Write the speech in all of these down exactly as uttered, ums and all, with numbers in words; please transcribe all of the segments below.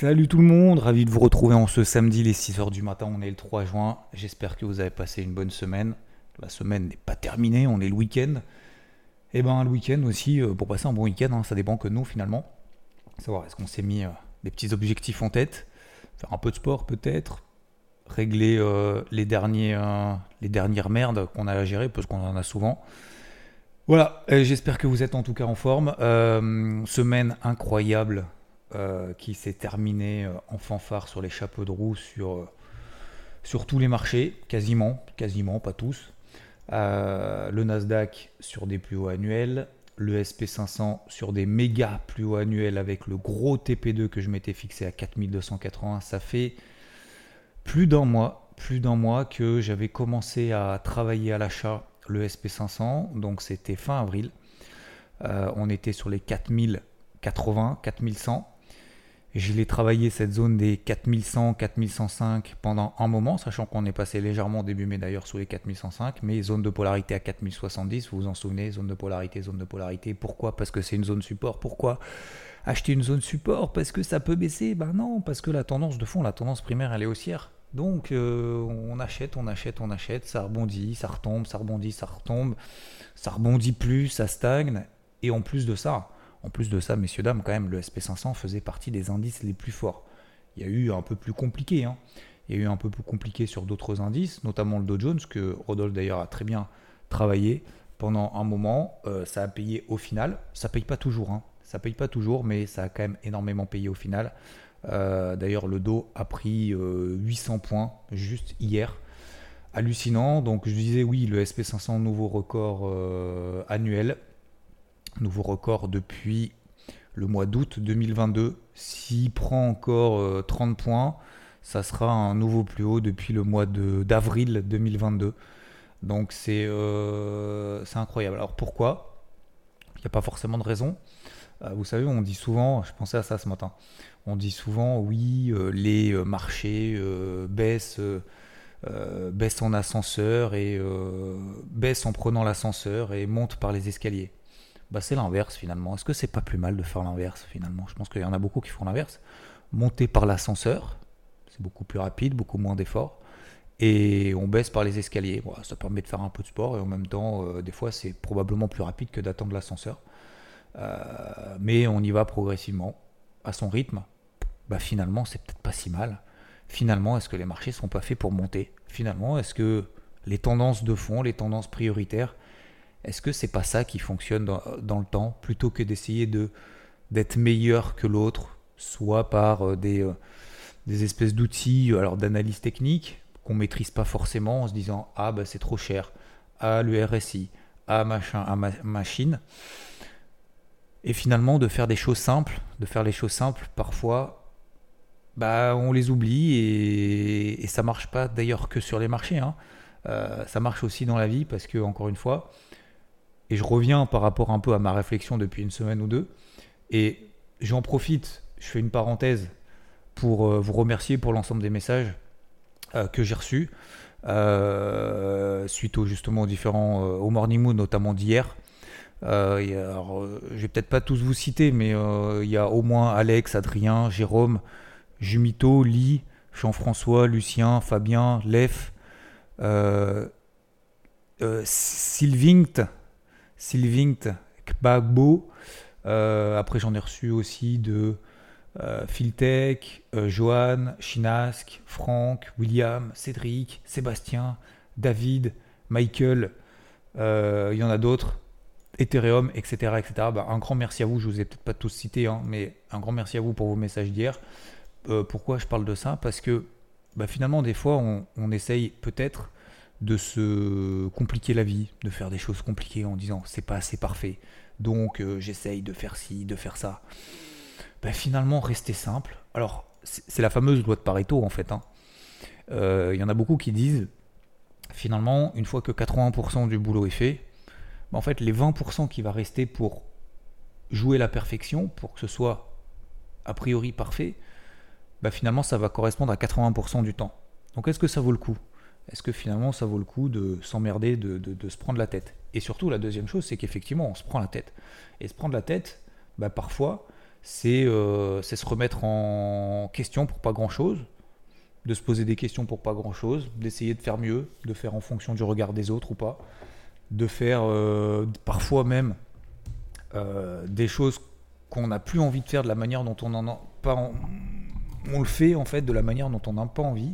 Salut tout le monde, ravi de vous retrouver en ce samedi les six heures du matin, on est le trois juin, j'espère que vous avez passé une bonne semaine. La semaine n'est pas terminée, on est le week-end. Et ben le week-end aussi, euh, pour passer un bon week-end, hein, ça dépend que nous finalement. Savoir est-ce qu'on s'est mis euh, des petits objectifs en tête, faire un peu de sport peut-être, régler euh, les, derniers, euh, les dernières merdes qu'on a à gérer, parce qu'on en a souvent. Voilà, euh, j'espère que vous êtes en tout cas en forme. Euh, semaine incroyable euh, qui s'est terminée euh, en fanfare sur les chapeaux de roue sur, euh, sur tous les marchés, quasiment, quasiment, pas tous. Euh, le Nasdaq sur des plus hauts annuels, le S P cinq cents sur des méga plus hauts annuels avec le gros T P deux que je m'étais fixé à quatre mille deux cent quatre-vingts. Ça fait plus d'un mois, plus d'un mois que j'avais commencé à travailler à l'achat le S P cinq cents, donc c'était fin avril. Euh, on était sur les quatre mille quatre-vingts, quatre mille cent. Je l'ai travaillé cette zone des quatre mille cent, quatre mille cent cinq pendant un moment, sachant qu'on est passé légèrement début mai d'ailleurs sous les quatre mille cent cinq, mais zone de polarité à quatre mille soixante-dix, vous vous en souvenez, zone de polarité, zone de polarité. Pourquoi? Parce que c'est une zone support. Pourquoi acheter une zone support? Parce que ça peut baisser? Ben non, parce que la tendance de fond, la tendance primaire, elle est haussière. Donc euh, on achète, on achète, on achète, ça rebondit, ça retombe, ça rebondit, ça retombe, ça rebondit plus, ça stagne. Et en plus de ça, en plus de ça, messieurs, dames, quand même, le S P cinq cents faisait partie des indices les plus forts. Il y a eu un peu plus compliqué, hein. Il y a eu un peu plus compliqué sur d'autres indices, notamment le Dow Jones, que Rodolphe d'ailleurs a très bien travaillé pendant un moment. Euh, ça a payé au final. Ça paye pas toujours, hein. Ça paye pas toujours, mais ça a quand même énormément payé au final. Euh, d'ailleurs, le Dow a pris euh, huit cents points juste hier. Hallucinant. Donc, je disais oui, le S P cinq cents, nouveau record euh, annuel. Nouveau record depuis le mois d'août deux mille vingt-deux. S'il prend encore euh, trente points, ça sera un nouveau plus haut depuis le mois de, d'avril deux mille vingt-deux. Donc, c'est, euh, c'est incroyable. Alors, pourquoi? Il n'y a pas forcément de raison. Euh, vous savez, on dit souvent, je pensais à ça ce matin, on dit souvent, oui, euh, les euh, marchés euh, baissent, euh, euh, baissent en ascenseur et euh, baissent en prenant l'ascenseur et montent par les escaliers. Bah, c'est l'inverse finalement. Est-ce que c'est pas plus mal de faire l'inverse finalement? Je pense qu'il y en a beaucoup qui font l'inverse. Monter par l'ascenseur, c'est beaucoup plus rapide, beaucoup moins d'efforts. Et on baisse par les escaliers. Voilà, ça permet de faire un peu de sport et en même temps, euh, des fois, c'est probablement plus rapide que d'attendre l'ascenseur. Euh, mais on y va progressivement, à son rythme. Bah finalement, c'est peut-être pas si mal. Finalement, est-ce que les marchés sont pas faits pour monter? Finalement, est-ce que les tendances de fond, les tendances prioritaires, est-ce que c'est pas ça qui fonctionne dans, dans le temps, plutôt que d'essayer de d'être meilleur que l'autre, soit par euh, des, euh, des espèces d'outils, alors d'analyse technique qu'on maîtrise pas forcément en se disant ah bah c'est trop cher, ah le R S I, ah machin, ah ma- machine, et finalement de faire des choses simples, de faire les choses simples parfois bah on les oublie et, et ça marche pas d'ailleurs que sur les marchés, hein. Euh, ça marche aussi dans la vie parce que encore une fois, et je reviens par rapport un peu à ma réflexion depuis une semaine ou deux, et j'en profite, je fais une parenthèse pour euh, vous remercier pour l'ensemble des messages euh, que j'ai reçus euh, suite aux, justement aux différents euh, au Morning Moon, notamment d'hier. Euh, et alors, euh, je vais peut-être pas tous vous citer, mais euh, il y a au moins Alex, Adrien, Jérôme, Jumito, Lee, Jean-François, Lucien, Fabien, Lef, euh, euh, Sylvinct, Sylvinct, Kbagbo. Euh, après, j'en ai reçu aussi de euh, Philtech, euh, Johan, Chinask, Franck, William, Cédric, Sébastien, David, Michael. Euh, Il y en a d'autres. Ethereum, et cetera, et cetera. Bah, un grand merci à vous. Je vous ai peut-être pas tous cités, hein, mais un grand merci à vous pour vos messages d'hier. Euh, pourquoi je parle de ça? Parce que bah, finalement, des fois, on, on essaye peut-être de se compliquer la vie, de faire des choses compliquées en disant c'est pas assez parfait. Donc euh, j'essaye de faire ci, de faire ça. Bah, finalement, rester simple. Alors, c'est c'est la fameuse loi de Pareto en fait, hein. Euh, Il y en a beaucoup qui disent finalement, une fois que quatre-vingts pour cent du boulot est fait, bah, en fait, les vingt pour cent qui va rester pour jouer la perfection, pour que ce soit a priori parfait, bah, finalement, ça va correspondre à quatre-vingts pour cent du temps. Donc, est-ce que ça vaut le coup? Est-ce que finalement, ça vaut le coup de s'emmerder, de, de, de se prendre la tête? Et surtout, la deuxième chose, c'est qu'effectivement, on se prend la tête. Et se prendre la tête, bah, parfois, c'est, euh, c'est se remettre en question pour pas grand-chose, de se poser des questions pour pas grand-chose, d'essayer de faire mieux, de faire en fonction du regard des autres ou pas, de faire euh, parfois même euh, des choses qu'on n'a plus envie de faire de la manière dont on en a pas en- on le fait en fait de la manière dont on n'a pas envie,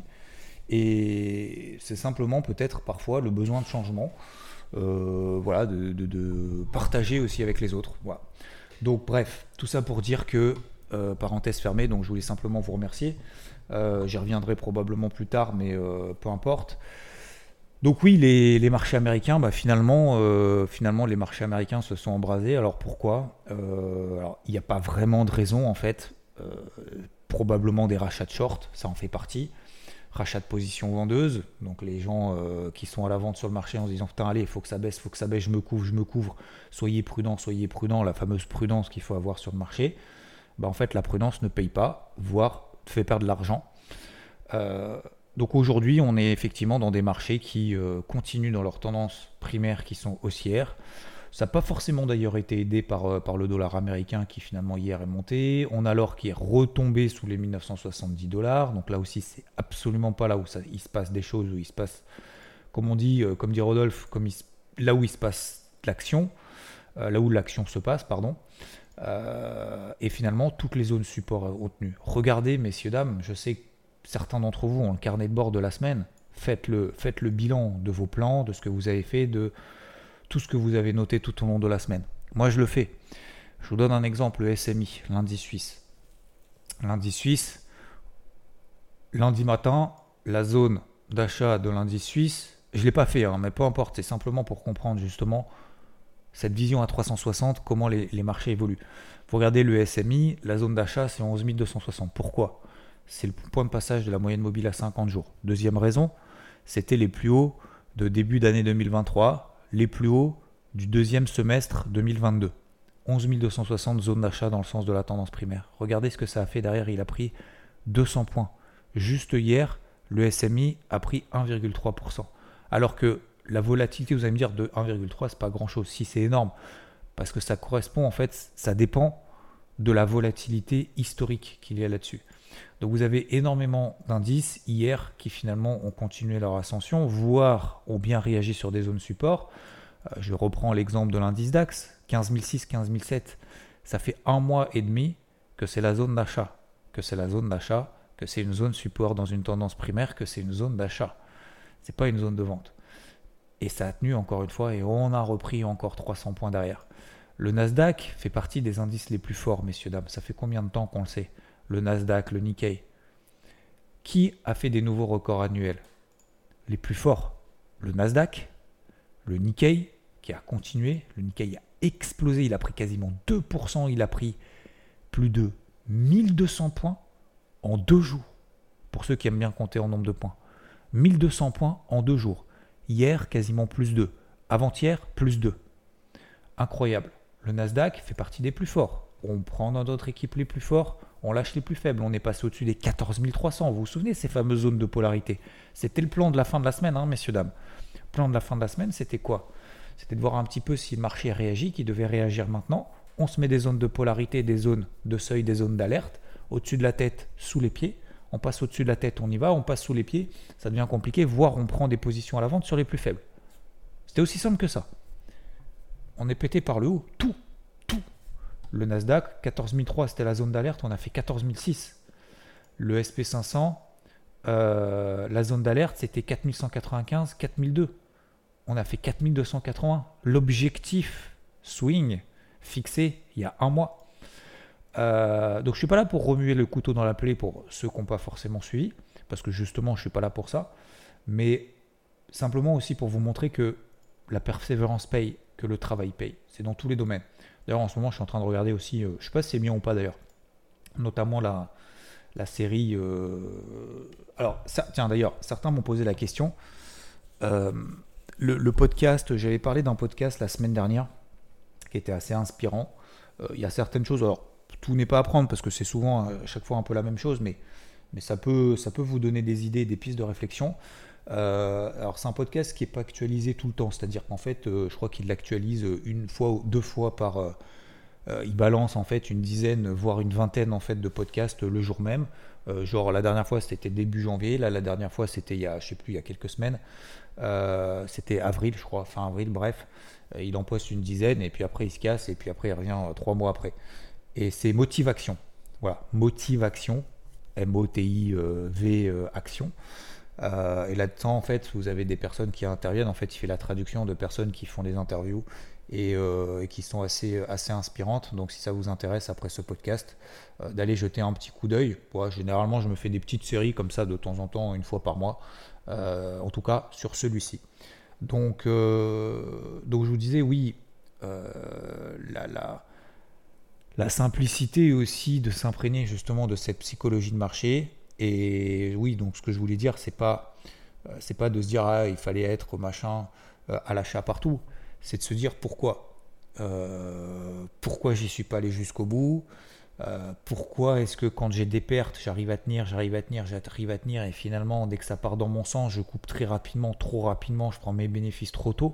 et c'est simplement peut-être parfois le besoin de changement, euh, voilà, de, de- de partager aussi avec les autres, voilà. Donc bref, tout ça pour dire que, euh, parenthèse fermée, donc je voulais simplement vous remercier. Euh, j'y reviendrai probablement plus tard, mais euh, peu importe. Donc oui, les, les marchés américains, bah, finalement, euh, finalement, les marchés américains se sont embrasés. Alors pourquoi? Euh, alors, il n'y a pas vraiment de raison en fait. Euh, Probablement des rachats de short, ça en fait partie. Rachat de position vendeuse, donc les gens euh, qui sont à la vente sur le marché en se disant putain allez, il faut que ça baisse, il faut que ça baisse, je me couvre, je me couvre. Soyez prudent, soyez prudent, la fameuse prudence qu'il faut avoir sur le marché. Bah, en fait, la prudence ne paye pas, voire fait perdre de l'argent. Euh, donc aujourd'hui, on est effectivement dans des marchés qui euh, continuent dans leurs tendances primaires qui sont haussières. Ça n'a pas forcément d'ailleurs été aidé par, euh, par le dollar américain qui finalement hier est monté. On a l'or qui est retombé sous les mille neuf cent soixante-dix dollars. Donc là aussi, c'est absolument pas là où ça, il se passe des choses, où il se passe, comme on dit, euh, comme dit Rodolphe, comme il là où il se passe l'action, euh, là où l'action se passe, pardon. Euh, et finalement, toutes les zones support ont tenu. Regardez, messieurs, dames, je sais que certains d'entre vous ont le carnet de bord de la semaine. Faites le, faites le bilan de vos plans, de ce que vous avez fait, de tout ce que vous avez noté tout au long de la semaine. Moi, je le fais. Je vous donne un exemple, le S M I, l'indice suisse. L'indice suisse, lundi matin, la zone d'achat de l'indice suisse, je ne l'ai pas fait, hein, mais peu importe, c'est simplement pour comprendre justement cette vision à trois cent soixante, comment les, les marchés évoluent. Vous regardez le S M I, la zone d'achat, c'est onze mille deux cent soixante. Pourquoi? C'est le point de passage de la moyenne mobile à cinquante jours. Deuxième raison, c'était les plus hauts de début d'année deux mille vingt-trois, les plus hauts du deuxième semestre deux mille vingt-deux. onze mille deux cent soixante zones d'achat dans le sens de la tendance primaire. Regardez ce que ça a fait derrière, il a pris deux cents points. Juste hier, le S M I a pris un virgule trois pour cent. Alors que la volatilité, vous allez me dire, de un virgule trois, c'est pas grand-chose. Si, c'est énorme. Parce que ça correspond, en fait, ça dépend de la volatilité historique qu'il y a là-dessus. Donc vous avez énormément d'indices hier qui finalement ont continué leur ascension, voire ont bien réagi sur des zones support. Euh, je reprends l'exemple de l'indice DAX, quinze mille six, quinze mille sept. Ça fait un mois et demi que c'est la zone d'achat, que c'est la zone d'achat, que c'est une zone support dans une tendance primaire, que c'est une zone d'achat. C'est pas une zone de vente. Et ça a tenu encore une fois et on a repris encore trois cents points derrière. Le Nasdaq fait partie des indices les plus forts, messieurs, dames. Ça fait combien de temps qu'on le sait? Le Nasdaq, le Nikkei. Qui a fait des nouveaux records annuels? Les plus forts. Le Nasdaq, le Nikkei, qui a continué. Le Nikkei a explosé, il a pris quasiment deux pour cent, il a pris plus de mille deux cents points en deux jours. Pour ceux qui aiment bien compter en nombre de points. mille deux cents points en deux jours. Hier, quasiment plus deux. Avant-hier, plus deux. Incroyable. Le Nasdaq fait partie des plus forts. On prend dans d'autres équipes les plus forts, on lâche les plus faibles. On est passé au-dessus des quatorze mille trois cents. Vous vous souvenez de ces fameuses zones de polarité? C'était le plan de la fin de la semaine, hein, messieurs, dames. Le plan de la fin de la semaine, c'était quoi? C'était de voir un petit peu si le marché réagit, qui devait réagir maintenant. On se met des zones de polarité, des zones de seuil, des zones d'alerte, au-dessus de la tête, sous les pieds. On passe au-dessus de la tête, on y va, on passe sous les pieds, ça devient compliqué, voire on prend des positions à la vente sur les plus faibles. C'était aussi simple que ça. On est pété par le haut, tout, tout. Le Nasdaq, quatorze mille trois, c'était la zone d'alerte, on a fait quatorze mille six. Le S P cinq cents, euh, la zone d'alerte, c'était quatre mille cent quatre-vingt-quinze, quatre mille deux. On a fait quatre mille deux cent quatre-vingts. L'objectif swing fixé il y a un mois. Euh, donc je suis pas là pour remuer le couteau dans la plaie pour ceux qui n'ont pas forcément suivi, parce que justement je suis pas là pour ça, mais simplement aussi pour vous montrer que la persévérance paye, que le travail paye. C'est dans tous les domaines. D'ailleurs en ce moment je suis en train de regarder aussi, euh, je sais pas si c'est bien ou pas d'ailleurs, notamment la, la série... Euh... Alors ça, tiens d'ailleurs, certains m'ont posé la question, euh, le, le podcast, j'avais parlé d'un podcast la semaine dernière qui était assez inspirant. Euh, il y a certaines choses, alors tout n'est pas à prendre parce que c'est souvent à chaque fois un peu la même chose, mais, mais ça, peut, ça peut vous donner des idées, des pistes de réflexion. Euh, alors c'est un podcast qui n'est pas actualisé tout le temps, c'est-à-dire qu'en fait, euh, je crois qu'il l'actualise une fois ou deux fois par, euh, Euh, ils balancent en fait une dizaine, voire une vingtaine en fait de podcasts le jour même. Euh, genre la dernière fois c'était début janvier, là la dernière fois c'était il y a, je sais plus, il y a quelques semaines. Euh, c'était avril, je crois, fin avril, bref. Euh, il en poste une dizaine et puis après il se casse et puis après il revient euh, trois mois après. Et c'est Motivation. Voilà, Motivation, M O T I V Action. Euh, et là-dedans, en fait, vous avez des personnes qui interviennent. En fait, il fait la traduction de personnes qui font des interviews et, euh, et qui sont assez, assez inspirantes. Donc, si ça vous intéresse après ce podcast, euh, d'aller jeter un petit coup d'œil. Ouais, généralement, je me fais des petites séries comme ça de temps en temps, une fois par mois. Euh, en tout cas, sur celui-ci. Donc, euh, donc je vous disais, oui, euh, la, la, la simplicité aussi de s'imprégner justement de cette psychologie de marché. Et oui, donc ce que je voulais dire, c'est pas, euh, c'est pas de se dire ah, il fallait être machin euh, à l'achat partout. C'est de se dire pourquoi. Euh, pourquoi j'y suis pas allé jusqu'au bout. Euh, pourquoi est-ce que quand j'ai des pertes, j'arrive à tenir, j'arrive à tenir, j'arrive à tenir, et finalement, dès que ça part dans mon sens, je coupe très rapidement, trop rapidement, je prends mes bénéfices trop tôt.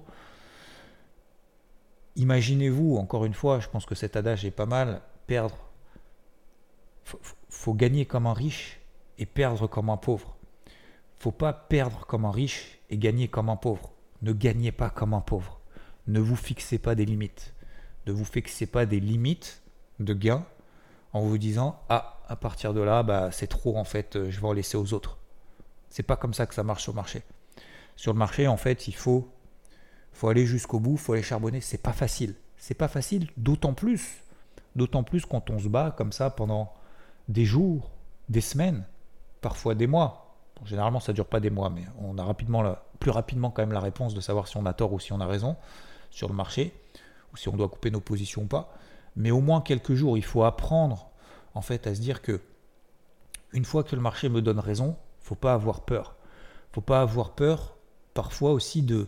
Imaginez-vous, encore une fois, je pense que cet adage est pas mal, perdre, faut, faut gagner comme un riche et perdre comme un pauvre. Faut pas perdre comme un riche et gagner comme un pauvre. Ne gagnez pas comme un pauvre. Ne vous fixez pas des limites. Ne vous fixez pas des limites de gains en vous disant ah, à partir de là, bah, c'est trop en fait, je vais en laisser aux autres. C'est pas comme ça que ça marche sur le marché. Sur le marché, en fait, il faut, faut aller jusqu'au bout, il faut aller charbonner. C'est pas facile. C'est pas facile, d'autant plus, d'autant plus quand on se bat comme ça pendant des jours, des semaines, parfois des mois. Bon, généralement, ça dure pas des mois, mais on a rapidement la, plus rapidement quand même la réponse de savoir si on a tort ou si on a raison sur le marché, ou si on doit couper nos positions ou pas. Mais au moins quelques jours, il faut apprendre en fait à se dire que une fois que le marché me donne raison, faut pas avoir peur. Faut pas avoir peur parfois aussi de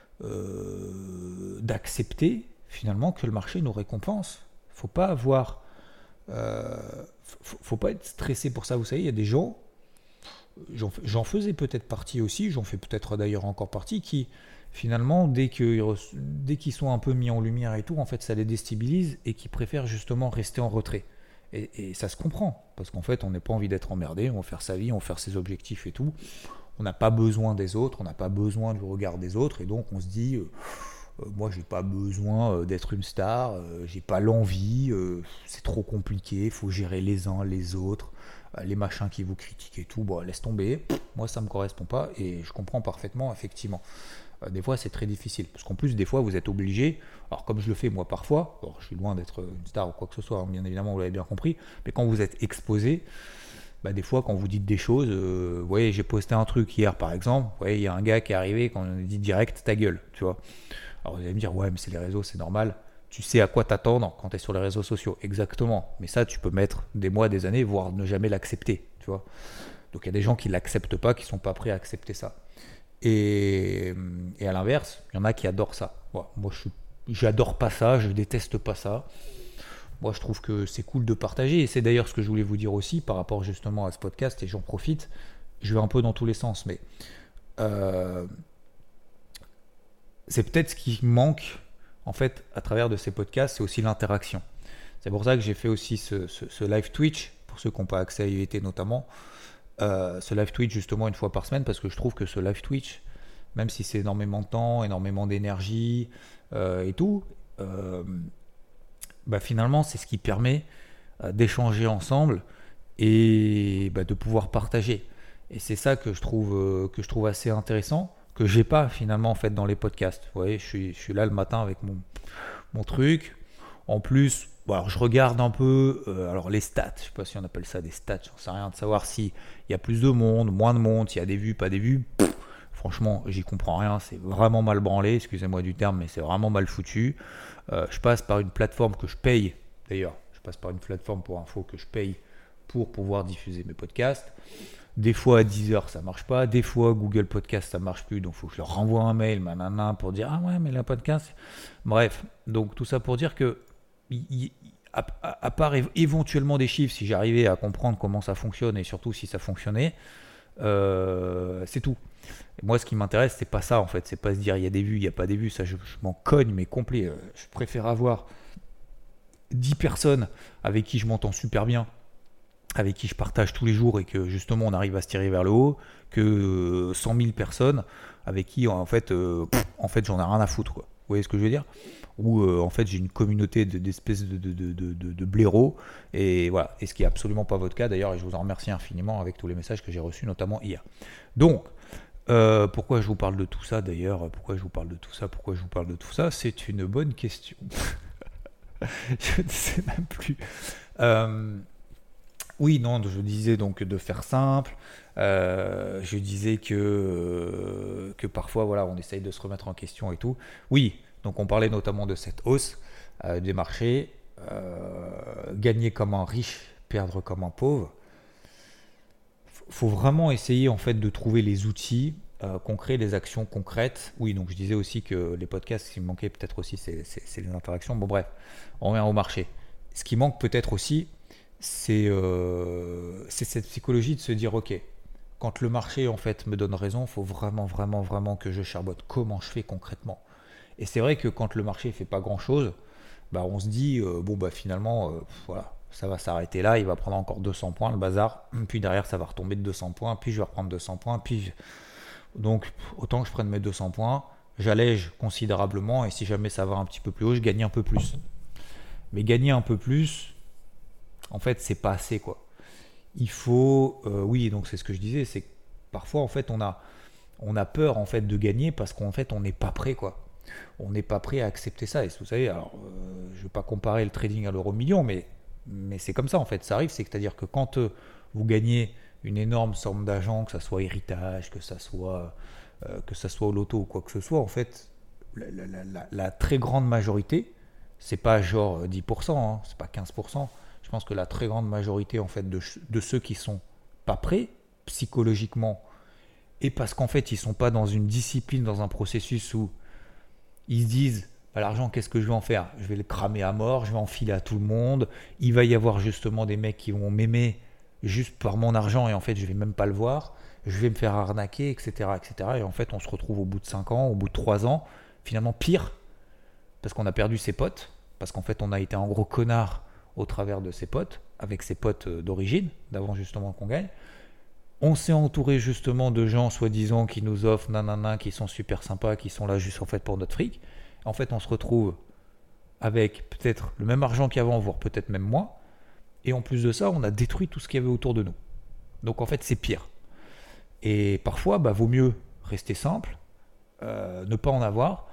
euh, d'accepter finalement que le marché nous récompense. Faut pas avoir euh, faut, faut pas être stressé pour ça. Vous savez, il y a des gens, j'en, j'en faisais peut-être partie aussi, j'en fais peut-être d'ailleurs encore partie, qui finalement, dès, que, dès qu'ils sont un peu mis en lumière et tout, en fait, ça les déstabilise et qui préfèrent justement rester en retrait. Et, et ça se comprend, parce qu'en fait, on n'a pas envie d'être emmerdé, on va faire sa vie, on va faire ses objectifs et tout. On n'a pas besoin des autres, on n'a pas besoin du regard des autres, et donc on se dit, euh, euh, moi, j'ai pas besoin euh, d'être une star, euh, j'ai pas l'envie, euh, c'est trop compliqué, il faut gérer les uns, les autres, euh, les machins qui vous critiquent et tout. Bon, laisse tomber. Moi, ça me correspond pas, et je comprends parfaitement, effectivement. Des fois c'est très difficile, parce qu'en plus des fois vous êtes obligé, alors comme je le fais moi parfois, alors je suis loin d'être une star ou quoi que ce soit, hein, bien évidemment vous l'avez bien compris, mais quand vous êtes exposé, bah des fois quand vous dites des choses, euh, vous voyez j'ai posté un truc hier par exemple, vous voyez il y a un gars qui est arrivé, quand on dit direct ta gueule, tu vois, alors vous allez me dire ouais mais c'est les réseaux, c'est normal, tu sais à quoi t'attendre quand tu es sur les réseaux sociaux, exactement, mais ça tu peux mettre des mois, des années, voire ne jamais l'accepter, tu vois, donc il y a des gens qui l'acceptent pas, qui sont pas prêts à accepter ça. Et, et à l'inverse, il y en a qui adorent ça. Bon, moi, je j'adore pas ça, je déteste pas ça. Moi, je trouve que c'est cool de partager. Et c'est d'ailleurs ce que je voulais vous dire aussi par rapport justement à ce podcast. Et j'en profite. Je vais un peu dans tous les sens, mais euh, c'est peut-être ce qui manque en fait à travers de ces podcasts, c'est aussi l'interaction. C'est pour ça que j'ai fait aussi ce, ce, ce live Twitch pour ceux qui n'ont pas accès à I V T notamment. Euh, ce live Twitch justement une fois par semaine, parce que je trouve que ce live Twitch, même si c'est énormément de temps, énormément d'énergie euh, et tout, euh, bah finalement c'est ce qui permet euh, d'échanger ensemble et bah, de pouvoir partager. Et c'est ça que je trouve euh, que je trouve assez intéressant, que j'ai pas finalement en fait dans les podcasts. Vous voyez, je suis, je suis là le matin avec mon, mon truc. En plus, bon, alors je regarde un peu euh, alors les stats, je sais pas si on appelle ça des stats, j'en sais rien, de savoir s'il y a plus de monde, moins de monde, s'il y a des vues, pas des vues. Pff, franchement, j'y comprends rien, c'est vraiment mal branlé, excusez-moi du terme, mais c'est vraiment mal foutu. Euh, je passe par une plateforme que je paye, d'ailleurs, je passe par une plateforme pour info que je paye pour pouvoir diffuser mes podcasts. Des fois à dix heures ça marche pas, des fois Google Podcast ça marche plus, donc il faut que je leur renvoie un mail, manana, pour dire ah ouais mais le podcast. Bref, donc tout ça pour dire que à, à, à part éventuellement des chiffres, si j'arrivais à comprendre comment ça fonctionne et surtout si ça fonctionnait, euh, c'est tout. Et moi, ce qui m'intéresse, c'est pas ça en fait, c'est pas se dire il y a des vues, il y a pas des vues, ça je, je m'en cogne mais complet. Je préfère avoir dix personnes avec qui je m'entends super bien, avec qui je partage tous les jours et que justement on arrive à se tirer vers le haut, que cent mille personnes avec qui en fait, euh, pff, en fait j'en ai rien à foutre, quoi. Vous voyez ce que je veux dire? Ou euh, en fait j'ai une communauté de- d'espèces de, de, de, de, de- de blaireaux, et voilà, et ce qui est absolument pas votre cas d'ailleurs, et je vous en remercie infiniment avec tous les messages que j'ai reçus notamment hier. Donc euh, pourquoi je vous parle de tout ça d'ailleurs? Pourquoi je vous parle de tout ça? Pourquoi je vous parle de tout ça? C'est une bonne question. Je ne sais même plus. Euh, oui, non, je disais donc de faire simple. Euh, je disais que, euh, que parfois, voilà, on essaye de se remettre en question et tout. Oui, donc on parlait notamment de cette hausse euh, des marchés. Euh, gagner comme un riche, perdre comme un pauvre. Il faut vraiment essayer en fait de trouver les outils euh, concrets, les actions concrètes. Oui, donc je disais aussi que les podcasts, ce qui me manquait peut-être aussi, c'est, c'est, c'est les interactions. Bon bref, on revient au marché. Ce qui manque peut-être aussi, c'est, euh, c'est cette psychologie de se dire, ok, quand le marché en fait me donne raison, il faut vraiment, vraiment, vraiment que je charbote. Comment je fais concrètement? Et c'est vrai que quand le marché fait pas grand-chose, bah on se dit, euh, bon bah finalement, euh, voilà, ça va s'arrêter là, il va prendre encore deux cents points, le bazar, puis derrière ça va retomber de deux cents points, puis je vais reprendre deux cents points, puis je- donc autant que je prenne mes deux cents points, j'allège considérablement, et si jamais ça va un petit peu plus haut, je gagne un peu plus. Mais gagner un peu plus, en fait, c'est pas assez, quoi. Il faut, euh, oui, donc c'est ce que je disais, c'est que parfois en fait on a, on a peur en fait de gagner parce qu'en fait on n'est pas prêt, quoi. On n'est pas prêt à accepter ça. Et vous savez, alors, euh, je ne vais pas comparer le trading à l'euro million, mais, mais c'est comme ça en fait. Ça arrive, c'est-à-dire que quand euh, vous gagnez une énorme somme d'argent, que ça soit héritage, que ça soit, euh, que ça soit au loto ou quoi que ce soit, en fait, la, la- la- la très grande majorité, c'est pas genre dix pour cent, hein, c'est pas quinze pour cent. Je pense que la très grande majorité en fait de, de ceux qui sont pas prêts psychologiquement, et parce qu'en fait ils sont pas dans une discipline, dans un processus où ils se disent, bah, l'argent, qu'est-ce que je vais en faire? Je vais le cramer à mort, je vais en filer à tout le monde. Il va y avoir justement des mecs qui vont m'aimer juste par mon argent et en fait, je vais même pas le voir. Je vais me faire arnaquer, et cetera, et cetera. Et en fait, on se retrouve au bout de cinq ans, au bout de trois ans, finalement pire, parce qu'on a perdu ses potes, parce qu'en fait, on a été un gros connard au travers de ses potes, avec ses potes euh, d'origine, d'avant justement qu'on gagne. On s'est entouré justement de gens soi-disant qui nous offrent nanana, qui sont super sympas, qui sont là juste en fait pour notre fric. En fait, on se retrouve avec peut-être le même argent qu'avant, voire peut-être même moins. Et en plus de ça, on a détruit tout ce qu'il y avait autour de nous. Donc en fait, c'est pire. Et parfois, bah, vaut mieux rester simple, euh, ne pas en avoir.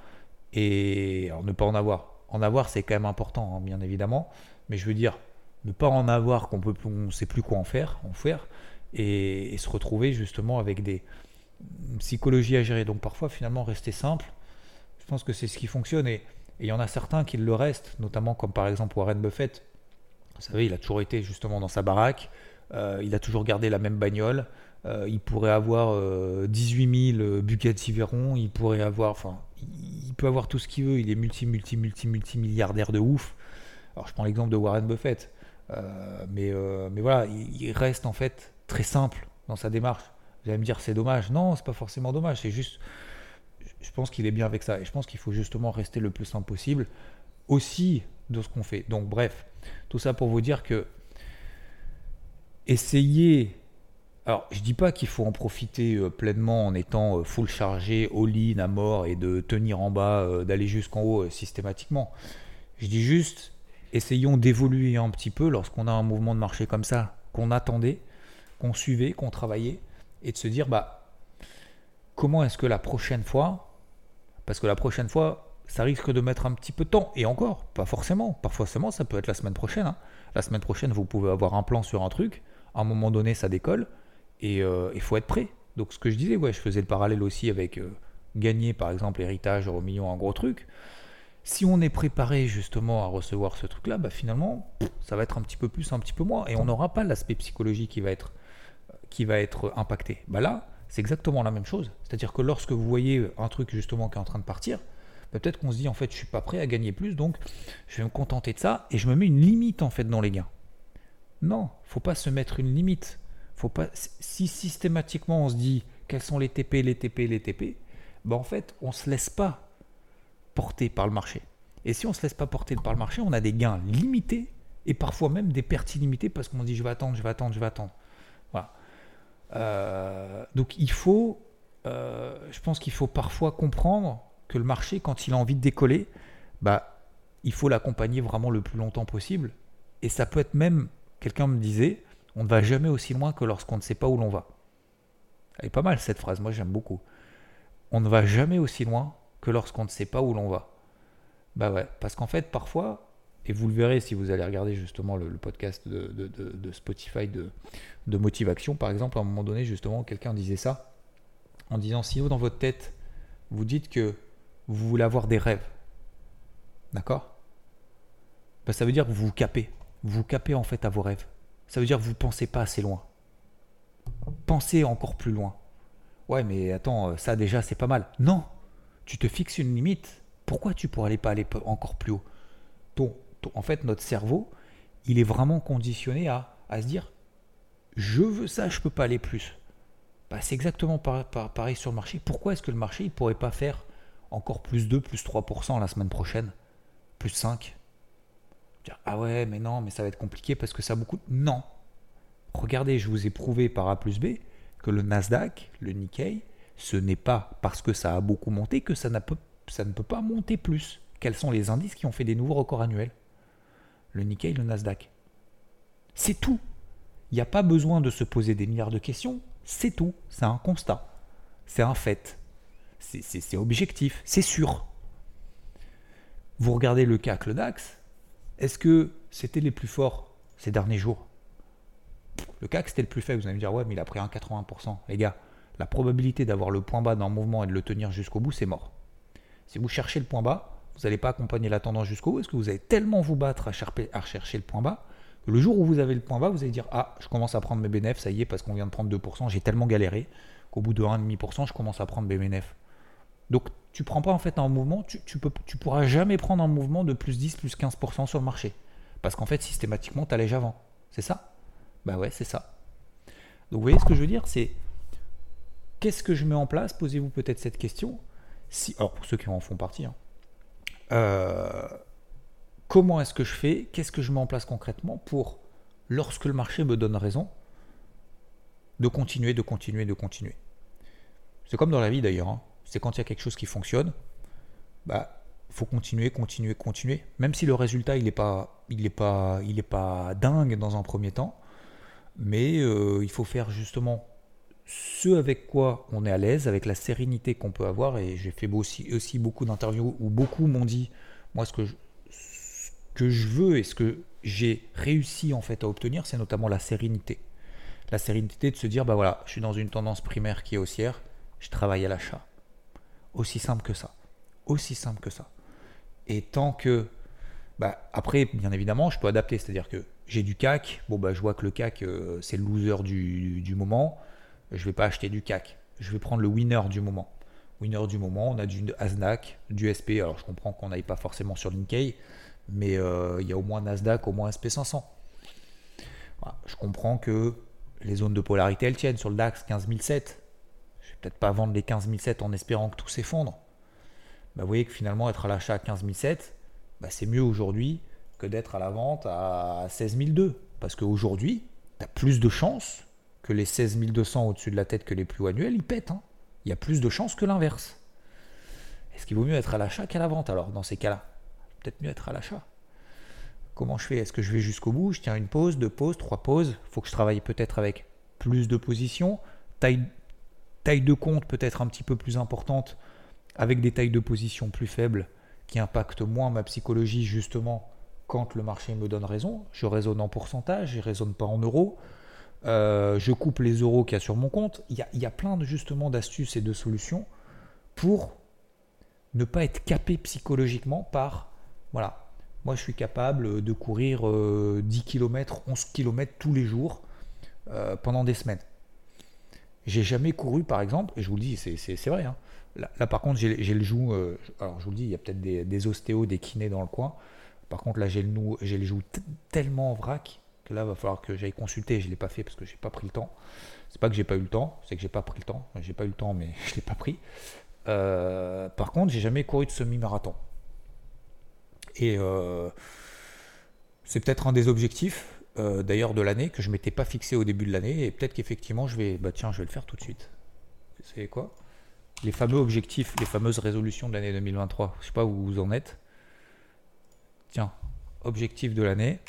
Et alors, ne pas en avoir. En avoir, c'est quand même important, hein, bien évidemment. Mais je veux dire, ne pas en avoir qu'on peut, on ne sait plus quoi en faire, en faire, et, et se retrouver justement avec des une psychologie à gérer. Donc parfois, finalement, rester simple, je pense que c'est ce qui fonctionne. Et il y en a certains qui le restent, notamment comme par exemple Warren Buffett. Vous savez, il a toujours été justement dans sa baraque, euh, il a toujours gardé la même bagnole. Euh, il pourrait avoir euh, dix-huit mille Bugatti Veyron, il pourrait avoir, enfin, il peut avoir tout ce qu'il veut. Il est multi, multi, multi, multi milliardaire de ouf. Alors, je prends l'exemple de Warren Buffett, Euh, mais, euh, mais voilà, il, il reste en fait très simple dans sa démarche. Vous allez me dire, c'est dommage. Non, c'est pas forcément dommage. C'est juste, je pense qu'il est bien avec ça. Et je pense qu'il faut justement rester le plus simple possible aussi de ce qu'on fait. Donc, bref, tout ça pour vous dire que essayez. Alors, je dis pas qu'il faut en profiter euh, pleinement en étant euh, full chargé, all-in à mort et de tenir en bas, euh, d'aller jusqu'en haut euh, systématiquement. Je dis juste, essayons d'évoluer un petit peu lorsqu'on a un mouvement de marché comme ça, qu'on attendait, qu'on suivait, qu'on travaillait, et de se dire, bah, comment est-ce que la prochaine fois, parce que la prochaine fois, ça risque de mettre un petit peu de temps, et encore, pas forcément, parfois seulement, ça peut être la semaine prochaine, hein. La semaine prochaine, vous pouvez avoir un plan sur un truc, à un moment donné, ça décolle, et il euh, faut être prêt. Donc ce que je disais, ouais, je faisais le parallèle aussi avec euh, gagner, par exemple, héritage, euro million, un gros truc. Si on est préparé justement à recevoir ce truc-là, bah finalement, ça va être un petit peu plus, un petit peu moins, et on n'aura pas l'aspect psychologique qui va être, qui va être impacté. Bah là, c'est exactement la même chose. C'est-à-dire que lorsque vous voyez un truc justement qui est en train de partir, bah peut-être qu'on se dit en fait, je suis pas prêt à gagner plus, donc je vais me contenter de ça et je me mets une limite en fait dans les gains. Non, faut pas se mettre une limite. Faut pas. Si systématiquement on se dit quels sont les T P, les T P, les T P, bah en fait, on se laisse pas porté par le marché. Et si on ne se laisse pas porter par le marché, on a des gains limités et parfois même des pertes illimitées parce qu'on dit je vais attendre, je vais attendre, je vais attendre. Voilà. Euh, donc il faut, euh, je pense qu'il faut parfois comprendre que le marché, quand il a envie de décoller, bah, il faut l'accompagner vraiment le plus longtemps possible. Et ça peut être même, quelqu'un me disait, on ne va jamais aussi loin que lorsqu'on ne sait pas où l'on va. Elle est pas mal cette phrase, moi j'aime beaucoup. On ne va jamais aussi loin que lorsqu'on ne sait pas où l'on va. Bah ouais, parce qu'en fait parfois, et vous le verrez si vous allez regarder justement le, le podcast de, de, de, de Spotify de, de Motivation par exemple, à un moment donné justement quelqu'un disait ça, en disant si vous dans votre tête, vous dites que vous voulez avoir des rêves, d'accord, bah, ça veut dire que vous vous capez, vous vous capez en fait à vos rêves. Ça veut dire que vous ne pensez pas assez loin. Pensez encore plus loin. Ouais mais attends, ça déjà c'est pas mal. Non, tu te fixes une limite. Pourquoi tu pourrais pas aller encore plus haut? ton, ton, En fait, notre cerveau, il est vraiment conditionné à, à se dire je veux ça, je peux pas aller plus. Bah, c'est exactement par, par, pareil sur le marché. Pourquoi est-ce que le marché il pourrait pas faire encore plus deux, plus trois pour cent la semaine prochaine, plus cinq? Dire, ah ouais, mais non, mais ça va être compliqué parce que ça a beaucoup. Non. Regardez, je vous ai prouvé par A plus B que le Nasdaq, le Nikkei, ce n'est pas parce que ça a beaucoup monté que ça, n'a peu, ça ne peut pas monter plus. Quels sont les indices qui ont fait des nouveaux records annuels? Le Nikkei, le Nasdaq. C'est tout. Il n'y a pas besoin de se poser des milliards de questions. C'est tout. C'est un constat. C'est un fait. C'est, c'est, c'est objectif. C'est sûr. Vous regardez le C A C, le DAX. Est-ce que c'était les plus forts ces derniers jours? Le C A C, c'était le plus faible. Vous allez me dire, ouais, mais il a pris un quatre-vingts pour cent. Les gars, la probabilité d'avoir le point bas dans le mouvement et de le tenir jusqu'au bout, c'est mort. Si vous cherchez le point bas, vous n'allez pas accompagner la tendance jusqu'au bout. Est-ce que vous allez tellement vous battre à, cherper, à rechercher le point bas que le jour où vous avez le point bas, vous allez dire, ah, je commence à prendre mes bénéfices, ça y est, parce qu'on vient de prendre deux pour cent, j'ai tellement galéré qu'au bout de un virgule cinq pour cent, je commence à prendre mes bénéfices. Donc, tu ne prends pas en fait un mouvement, tu ne peux, tu pourras jamais prendre un mouvement de plus dix, plus quinze pour cent sur le marché. Parce qu'en fait, systématiquement, tu allèges avant. C'est ça? Bah ouais, c'est ça. Donc, vous voyez ce que je veux dire? C'est qu'est-ce que je mets en place? Posez-vous peut-être cette question. Si, alors, pour ceux qui en font partie, hein, euh, comment est-ce que je fais? Qu'est-ce que je mets en place concrètement pour, lorsque le marché me donne raison, de continuer, de continuer, de continuer? C'est comme dans la vie d'ailleurs. Hein. C'est quand il y a quelque chose qui fonctionne, bah, faut continuer, continuer, continuer. Même si le résultat il n'est pas, il est pas, il est pas dingue dans un premier temps, mais euh, il faut faire justement ce avec quoi on est à l'aise, avec la sérénité qu'on peut avoir. Et j'ai fait aussi, aussi beaucoup d'interviews où beaucoup m'ont dit, moi ce que je, ce que je veux et ce que j'ai réussi en fait à obtenir, c'est notamment la sérénité. La sérénité de se dire, bah voilà, je suis dans une tendance primaire qui est haussière, je travaille à l'achat. Aussi simple que ça. Aussi simple que ça. Et tant que... Bah, après, bien évidemment, je peux adapter. C'est-à-dire que j'ai du C A C. Bon, bah, je vois que le C A C, euh, c'est le loser du, du moment. Je ne vais pas acheter du C A C. Je vais prendre le winner du moment. Winner du moment, on a du Nasdaq, du S P. Alors, je comprends qu'on n'aille pas forcément sur le Nikkei. Mais euh, il y a au moins Nasdaq, au moins S P cinq cents. Voilà. Je comprends que les zones de polarité, elles tiennent sur le DAX, quinze mille sept. Je vais peut-être pas vendre les quinze mille sept en espérant que tout s'effondre. Bah, vous voyez que finalement être à l'achat à quinze mille sept, bah, c'est mieux aujourd'hui que d'être à la vente à seize mille deux. Parce qu'aujourd'hui, tu as plus de chances que les seize mille deux cents au-dessus de la tête que les plus hauts annuels, ils pètent. Hein. Il y a plus de chances que l'inverse. Est-ce qu'il vaut mieux être à l'achat qu'à la vente alors dans ces cas-là? Peut-être mieux être à l'achat. Comment je fais? Est-ce que je vais jusqu'au bout? Je tiens une pause, deux pauses, trois pauses. Il faut que je travaille peut-être avec plus de positions. Taille Taille de compte peut-être un petit peu plus importante avec des tailles de position plus faibles qui impactent moins ma psychologie justement quand le marché me donne raison. Je raisonne en pourcentage, je ne raisonne pas en euros. Euh, je coupe les euros qu'il y a sur mon compte. Il y a, il y a plein de, justement d'astuces et de solutions pour ne pas être capé psychologiquement par, voilà, moi je suis capable de courir euh, dix kilomètres, onze kilomètres tous les jours euh, pendant des semaines. J'ai jamais couru, par exemple, et je vous le dis, c'est, c'est, c'est vrai. Hein. Là, là, par contre, j'ai, j'ai le joue. Euh, alors, je vous le dis, il y a peut-être des, des ostéos, des kinés dans le coin. Par contre, là, j'ai le, nou, j'ai le joue t- tellement en vrac que là, il va falloir que j'aille consulter. Je ne l'ai pas fait parce que je n'ai pas pris le temps. C'est pas que j'ai pas eu le temps, c'est que j'ai pas pris le temps. J'ai pas eu le temps, mais je l'ai pas pris. Euh, par contre, j'ai jamais couru de semi-marathon. Et euh, c'est peut-être un des objectifs, euh, d'ailleurs, de l'année que je m'étais pas fixé au début de l'année. Et peut-être qu'effectivement, je vais, bah tiens, je vais le faire tout de suite. Vous savez quoi? Les fameux objectifs, les fameuses résolutions de l'année deux mille vingt-trois. Je sais pas où vous en êtes. Tiens, objectif de l'année,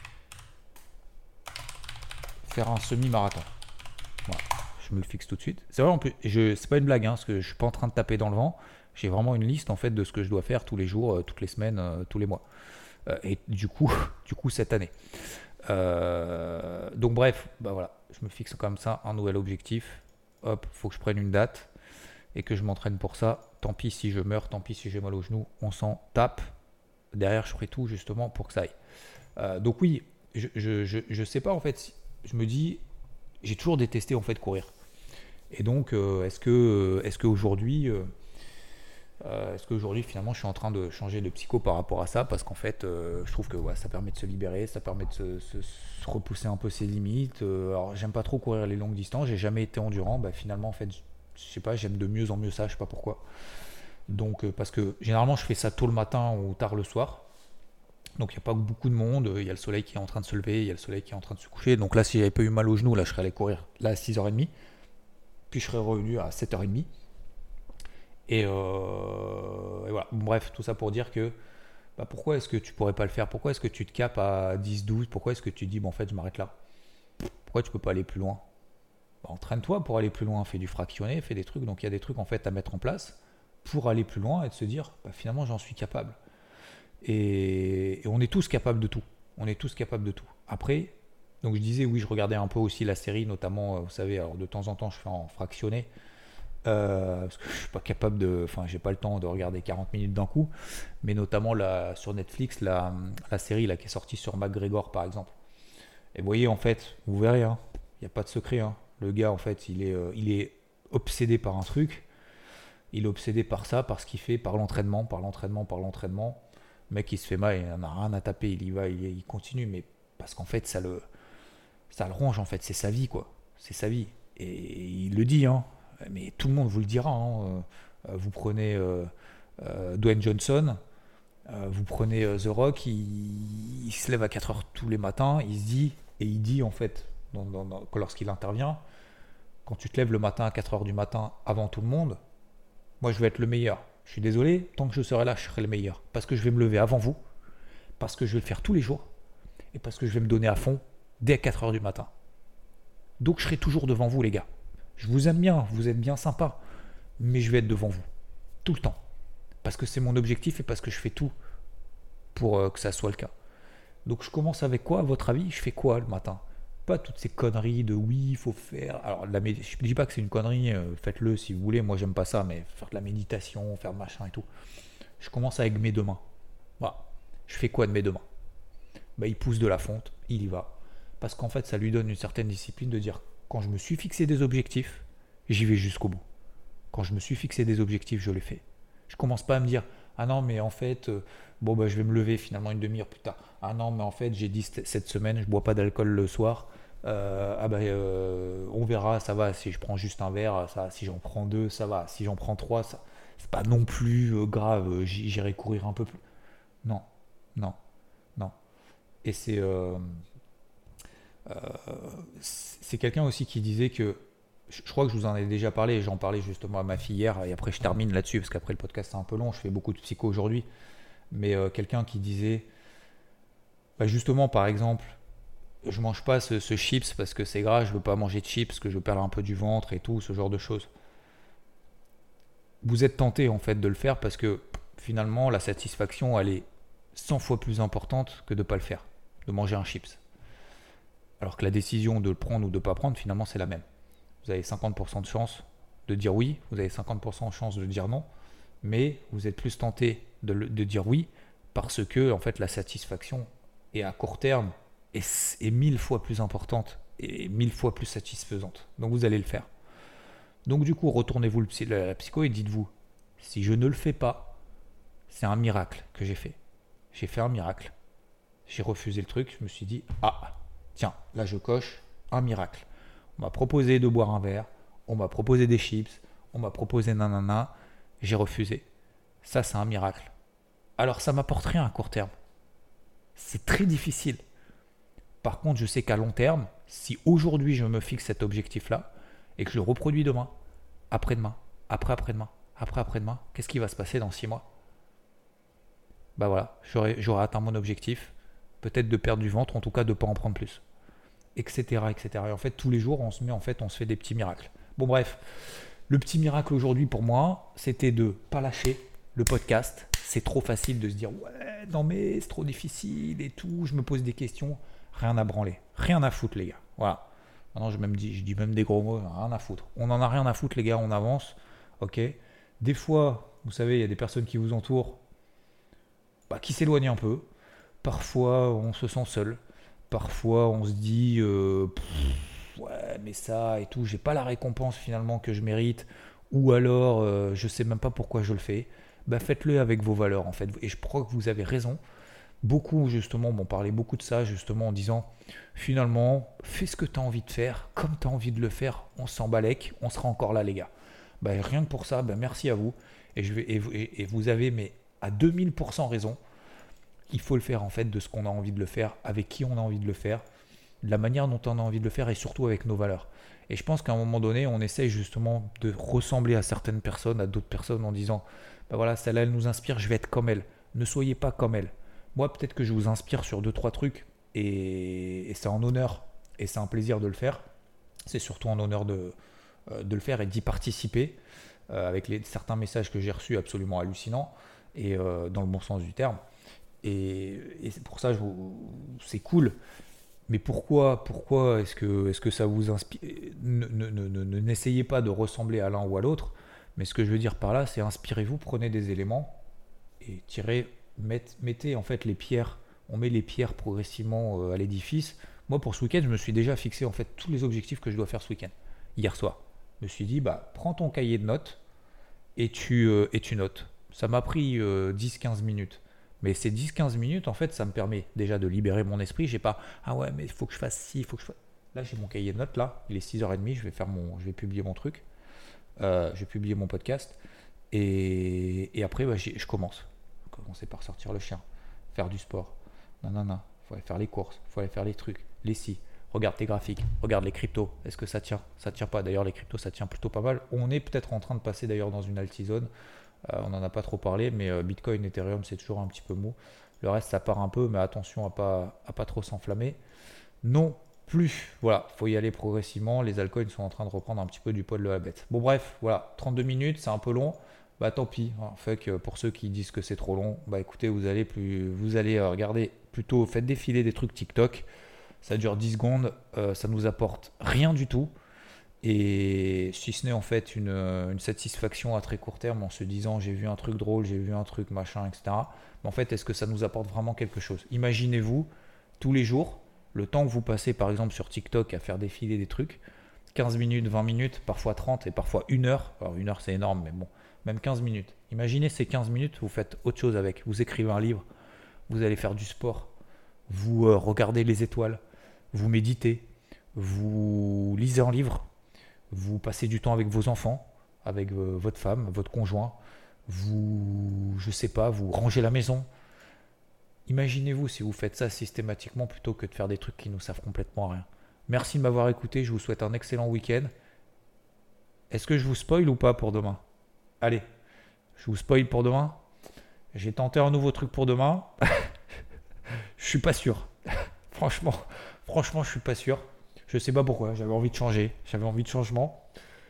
faire un semi-marathon. Voilà, je me le fixe tout de suite. C'est vrai, en plus, je, c'est pas une blague, hein, parce que je suis pas en train de taper dans le vent. J'ai vraiment une liste en fait de ce que je dois faire tous les jours, euh, toutes les semaines, euh, tous les mois. Euh, et du coup, du coup cette année. Euh, donc bref, bah voilà, je me fixe comme ça un nouvel objectif. Hop, faut que je prenne une date et que je m'entraîne pour ça. Tant pis si je meurs, tant pis si j'ai mal au genou, on s'en tape. Derrière, je ferai tout justement pour que ça aille. Euh, donc oui, je, je, je, je sais pas en fait. Si- je me dis, j'ai toujours détesté en fait courir. Et donc, euh, est-ce que, est-ce qu'aujourd'hui, euh, euh, est-ce qu'aujourd'hui finalement, je suis en train de changer de psycho par rapport à ça, parce qu'en fait, euh, je trouve que ouais, ça permet de se libérer, ça permet de se, se- se repousser un peu ses limites. Euh, alors, j'aime pas trop courir les longues distances. J'ai jamais été endurant. Bah, finalement, en fait, je je sais pas, j'aime de mieux en mieux ça. Je sais pas pourquoi. Donc, euh, parce que généralement, je fais ça tôt le matin ou tard le soir. Donc il n'y a pas beaucoup de monde, il y a le soleil qui est en train de se lever, il y a le soleil qui est en train de se coucher. Donc là, si j'avais pas eu mal au genou, là, je serais allé courir là à six heures trente, puis je serais revenu à sept heures trente. Et, euh, et voilà. Bon, bref, tout ça pour dire que bah, pourquoi est-ce que tu pourrais pas le faire? Pourquoi est-ce que tu te capes à dix douze? Pourquoi est-ce que tu te dis, bon, en fait, je m'arrête là? Pourquoi tu peux pas aller plus loin? Bah, entraîne-toi pour aller plus loin, fais du fractionné, fais des trucs. Donc il y a des trucs en fait à mettre en place pour aller plus loin et de se dire, bah, finalement, j'en suis capable. Et, et on est tous capables de tout. On est tous capables de tout. Après, donc je disais, oui, je regardais un peu aussi la série, notamment, euh, vous savez, alors de temps en temps, je fais en fractionné, euh, parce que je suis pas capable de, enfin, j'ai pas le temps de regarder quarante minutes d'un coup, mais notamment la, sur Netflix, la, la série là, qui est sortie sur McGregor, par exemple. Et vous voyez, en fait, vous verrez, hein, il n'y a pas de secret. Hein. Le gars, en fait, il est, euh, il est obsédé par un truc. Il est obsédé par ça, par ce qu'il fait, par l'entraînement, par l'entraînement, par l'entraînement. Le mec, il se fait mal, il n'en a rien à taper, il y va, il, il continue, mais parce qu'en fait, ça le, ça le ronge, en fait, c'est sa vie, quoi. C'est sa vie. Et il le dit, hein, mais tout le monde vous le dira. Hein. Euh, Vous prenez euh, euh, Dwayne Johnson, euh, vous prenez euh, The Rock, il, il se lève à quatre heures tous les matins, il se dit, et il dit, en fait, dans- dans- dans- lorsqu'il intervient, quand tu te lèves le matin à quatre heures du matin avant tout le monde, moi, je vais être le meilleur. Je suis désolé, tant que je serai là, je serai le meilleur. Parce que je vais me lever avant vous, parce que je vais le faire tous les jours, et parce que je vais me donner à fond dès quatre heures du matin. Donc, je serai toujours devant vous, les gars. Je vous aime bien, vous êtes bien sympa, mais je vais être devant vous, tout le temps. Parce que c'est mon objectif et parce que je fais tout pour euh, que ça soit le cas. Donc, je commence avec quoi, à votre avis? Je fais quoi le matin? Pas toutes ces conneries de oui, il faut faire. Alors, la méd- je ne dis pas que c'est une connerie, euh, faites-le si vous voulez. Moi, j'aime pas ça, mais faire de la méditation, faire de machin et tout. Je commence avec mes deux mains. Voilà. Je fais quoi de mes deux mains? Bah, il pousse de la fonte, il y va. Parce qu'en fait, ça lui donne une certaine discipline de dire quand je me suis fixé des objectifs, j'y vais jusqu'au bout. Quand je me suis fixé des objectifs, je les fais. Je commence pas à me dire ah non, mais en fait, euh, bon, bah, je vais me lever finalement une demi-heure plus tard. Ah non, mais en fait, j'ai dit cette semaine, je bois pas d'alcool le soir. Euh, ah bah, euh, on verra, ça va. Si je prends juste un verre, ça, si j'en prends deux, ça va. Si j'en prends trois, ça, c'est pas non plus euh, grave. J'irai courir un peu plus. Non, non, non. Et c'est euh, euh, c'est quelqu'un aussi qui disait que je crois que je vous en ai déjà parlé, et j'en parlais justement à ma fille hier, et après je termine là-dessus, parce qu'après le podcast c'est un peu long, je fais beaucoup de psycho aujourd'hui, mais euh, quelqu'un qui disait, bah justement par exemple, je mange pas ce, ce chips parce que c'est gras, je veux pas manger de chips, parce que je perds un peu du ventre et tout, ce genre de choses. Vous êtes tenté en fait de le faire parce que finalement la satisfaction elle est cent fois plus importante que de pas le faire, de manger un chips. Alors que la décision de le prendre ou de ne pas prendre, finalement c'est la même. Vous avez cinquante pour cent de chance de dire oui, vous avez cinquante pour cent de chance de dire non, mais vous êtes plus tenté de, de dire oui parce que en fait la satisfaction est à court terme est, est mille fois plus importante et mille fois plus satisfaisante. Donc vous allez le faire. Donc du coup, retournez-vous le, la, la psycho et dites-vous, si je ne le fais pas, c'est un miracle que j'ai fait. J'ai fait un miracle. J'ai refusé le truc, je me suis dit, ah, tiens, là je coche un miracle. On m'a proposé de boire un verre, on m'a proposé des chips, on m'a proposé nanana, j'ai refusé. Ça, c'est un miracle. Alors, ça m'apporte rien à court terme. C'est très difficile. Par contre, je sais qu'à long terme, si aujourd'hui je me fixe cet objectif-là et que je le reproduis demain, après-demain, après-après-demain, après-après-demain, qu'est-ce qui va se passer dans six mois? Bah voilà, j'aurai, j'aurai atteint mon objectif, peut-être de perdre du ventre, en tout cas de ne pas en prendre plus, et cetera, et cetera. Et en fait, tous les jours, on se met, en fait, on se fait des petits miracles. Bon bref, le petit miracle aujourd'hui pour moi, c'était de pas lâcher le podcast. C'est trop facile de se dire ouais, non mais c'est trop difficile et tout. Je me pose des questions, rien à branler, rien à foutre les gars. Voilà. Maintenant je même dis, je dis même des gros mots, rien à foutre. On en a rien à foutre les gars, on avance, ok. Des fois, vous savez, il y a des personnes qui vous entourent, bah, qui s'éloignent un peu. Parfois, on se sent seul. Parfois, on se dit euh, pff, ouais, mais ça et tout, j'ai pas la récompense finalement que je mérite. Ou alors, euh, je sais même pas pourquoi je le fais. Bah, faites-le avec vos valeurs en fait. Et je crois que vous avez raison. Beaucoup justement m'ont parlé beaucoup de ça justement en disant finalement, fais ce que tu as envie de faire, comme tu as envie de le faire, on s'en balèque, on sera encore là les gars. Bah, rien que pour ça, bah, merci à vous. Et, je vais, et, vous- et- et vous avez mais à deux mille pour cent raison. Il faut le faire en fait de ce qu'on a envie de le faire, avec qui on a envie de le faire, de la manière dont on a envie de le faire et surtout avec nos valeurs. Et je pense qu'à un moment donné, on essaye justement de ressembler à certaines personnes, à d'autres personnes en disant bah voilà, celle-là elle nous inspire, je vais être comme elle. Ne soyez pas comme elle. Moi peut-être que je vous inspire sur deux trois trucs et, et c'est en honneur et c'est un plaisir de le faire. C'est surtout en honneur de, euh, de le faire et d'y participer euh, avec les, certains messages que j'ai reçus absolument hallucinants et euh, dans le bon sens du terme. Et, et c'est pour ça, je vous- c'est cool. Mais pourquoi, pourquoi est-ce que, est-ce que ça vous inspire? Ne, ne- ne- ne- ne- N'essayez pas de ressembler à l'un ou à l'autre. Mais ce que je veux dire par là, c'est inspirez-vous, prenez des éléments et tirez, mettez, mettez en fait les pierres. On met les pierres progressivement euh, à l'édifice. Moi, pour ce week-end, je me suis déjà fixé en fait tous les objectifs que je dois faire ce week-end. Hier soir, je me suis dit, bah, prends ton cahier de notes et tu, euh, et tu notes. Ça m'a pris euh, dix quinze minutes. Mais ces dix quinze minutes, en fait, ça me permet déjà de libérer mon esprit. J'ai pas, ah ouais, mais il faut que je fasse ci, il faut que je fasse. Là, j'ai mon cahier de notes, là, il est six heures trente, je vais, faire mon, je vais publier mon truc, euh, je vais publier mon podcast. Et, et après, bah, je commence. Je vais commencer par sortir le chien, faire du sport. Non, non, non, il faut aller faire les courses, il faut aller faire les trucs, les si. Regarde tes graphiques, regarde les cryptos. Est-ce que ça tient? Ça tient pas. D'ailleurs, les cryptos, ça tient plutôt pas mal. On est peut-être en train de passer d'ailleurs dans une altizone. Euh, on n'en a pas trop parlé, mais euh, Bitcoin, Ethereum, c'est toujours un petit peu mou. Le reste, ça part un peu, mais attention à pas, à pas trop s'enflammer. Non plus. Voilà, faut y aller progressivement. Les altcoins sont en train de reprendre un petit peu du poids de la bête. Bon, bref, voilà, trente-deux minutes, c'est un peu long. Bah tant pis. Hein. Fait que pour ceux qui disent que c'est trop long, bah écoutez, vous allez plus, vous allez euh, regarder plutôt, faites défiler des trucs TikTok. Ça dure dix secondes, euh, ça nous apporte rien du tout. Et si ce n'est en fait une, une satisfaction à très court terme en se disant j'ai vu un truc drôle, j'ai vu un truc machin, et cetera. Mais en fait, est-ce que ça nous apporte vraiment quelque chose? Imaginez-vous tous les jours, le temps que vous passez par exemple sur TikTok à faire défiler des trucs, quinze minutes, vingt minutes, parfois trente et parfois une heure. Alors une heure c'est énorme, mais bon, même quinze minutes. Imaginez ces quinze minutes, vous faites autre chose avec. Vous écrivez un livre, vous allez faire du sport, vous euh, regardez les étoiles, vous méditez, vous lisez un livre, vous passez du temps avec vos enfants, avec euh, votre femme, votre conjoint, vous, je sais pas, vous rangez la maison. Imaginez-vous si vous faites ça systématiquement plutôt que de faire des trucs qui nous servent complètement à rien. Merci de m'avoir écouté, je vous souhaite un excellent week-end. Est-ce que je vous spoil ou pas pour demain? Allez, je vous spoil pour demain. J'ai tenté un nouveau truc pour demain. Je suis pas sûr. Franchement, franchement, je suis pas sûr. Je sais pas pourquoi. J'avais envie de changer. J'avais envie de changement.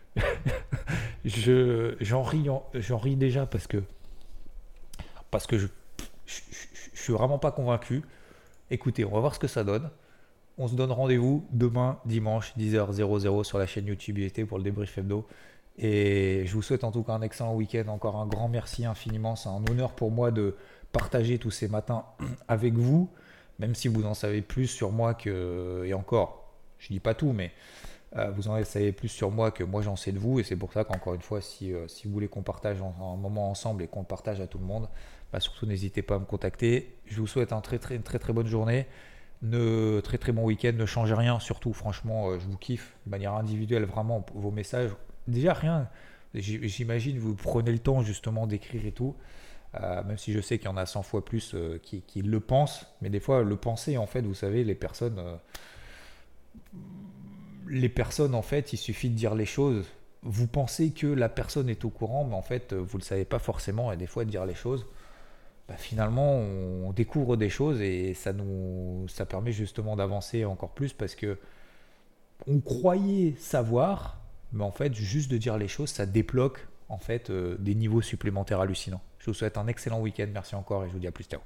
je, j'en ris, en- j'en ris déjà parce que parce que je, je, je- je suis vraiment pas convaincu. Écoutez, on va voir ce que ça donne. On se donne rendez-vous demain, dimanche, dix heures sur la chaîne YouTube I V T pour le débrief hebdo. Et je vous souhaite en tout cas un excellent week-end. Encore un grand merci infiniment. C'est un honneur pour moi de partager tous ces matins avec vous, même si vous en savez plus sur moi que. Et encore, je dis pas tout, mais euh, vous en savez plus sur moi que moi j'en sais de vous. Et c'est pour ça qu'encore une fois, si, euh, si vous voulez qu'on partage un, un moment ensemble et qu'on le partage à tout le monde, bah surtout n'hésitez pas à me contacter. Je vous souhaite un très, très, une très très bonne journée. Ne, très très bon week-end, ne changez rien, surtout franchement, euh, je vous kiffe de manière individuelle vraiment vos messages. Déjà rien, j'imagine vous prenez le temps justement d'écrire et tout. Euh, même si je sais qu'il y en a cent fois plus euh, qui, qui le pensent, mais des fois le penser en fait, vous savez, les personnes, euh, les personnes en fait, il suffit de dire les choses. Vous pensez que la personne est au courant, mais en fait vous le savez pas forcément, et des fois de dire les choses, bah, finalement on découvre des choses et ça nous, ça permet justement d'avancer encore plus parce que on croyait savoir, mais en fait juste de dire les choses, ça débloque en fait euh, des niveaux supplémentaires hallucinants. Je vous souhaite un excellent week-end, merci encore et je vous dis à plus, ciao.